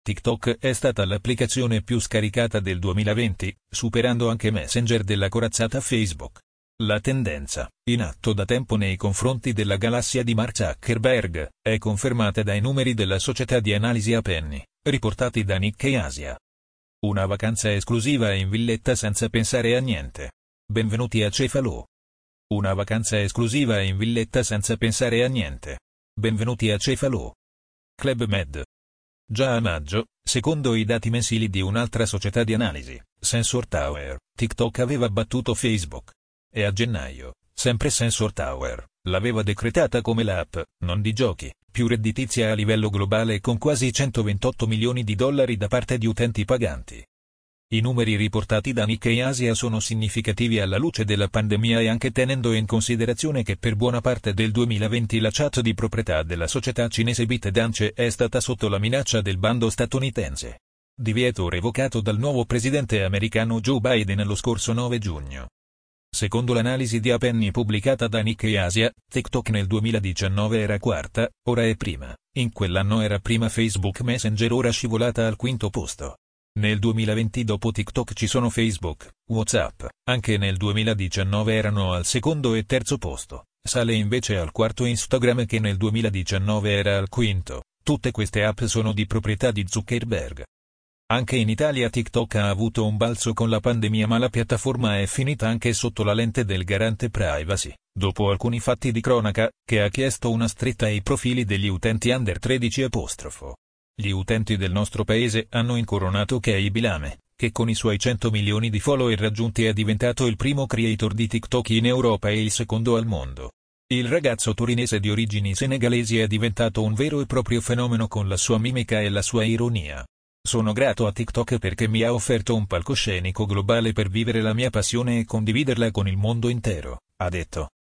TikTok è stata l'applicazione più scaricata del 2020, superando anche Messenger della corazzata Facebook. La tendenza, in atto da tempo nei confronti della galassia di Mark Zuckerberg, è confermata dai numeri della società di analisi Apenny, riportati da Nikkei Asia. Una vacanza esclusiva in villetta senza pensare a niente. Benvenuti a Cefalù. Una vacanza esclusiva in villetta senza pensare a niente. Benvenuti a Cefalù. Club Med. Già a maggio, secondo i dati mensili di un'altra società di analisi, Sensor Tower, TikTok aveva battuto Facebook. E a gennaio, sempre Sensor Tower, l'aveva decretata come l'app, non di giochi, più redditizia a livello globale con quasi 128 milioni di dollari da parte di utenti paganti. I numeri riportati da Nikkei Asia sono significativi alla luce della pandemia e anche tenendo in considerazione che per buona parte del 2020 la chat di proprietà della società cinese ByteDance è stata sotto la minaccia del bando statunitense. Divieto revocato dal nuovo presidente americano Joe Biden lo scorso 9 giugno. Secondo l'analisi di Apenny pubblicata da Nikkei Asia, TikTok nel 2019 era quarta, ora è prima. In quell'anno era prima Facebook Messenger, ora scivolata al quinto posto. Nel 2020 dopo TikTok ci sono Facebook, WhatsApp, anche nel 2019 erano al secondo e terzo posto, sale invece al quarto Instagram che nel 2019 era al quinto. Tutte queste app sono di proprietà di Zuckerberg. Anche in Italia TikTok ha avuto un balzo con la pandemia, ma la piattaforma è finita anche sotto la lente del garante privacy, dopo alcuni fatti di cronaca, che ha chiesto una stretta ai profili degli utenti under 13 apostrofo. Gli utenti del nostro paese hanno incoronato Kei Bilame, che con i suoi 100 milioni di follower raggiunti è diventato il primo creator di TikTok in Europa e il secondo al mondo. Il ragazzo torinese di origini senegalesi è diventato un vero e proprio fenomeno con la sua mimica e la sua ironia. Sono grato a TikTok perché mi ha offerto un palcoscenico globale per vivere la mia passione e condividerla con il mondo intero, ha detto.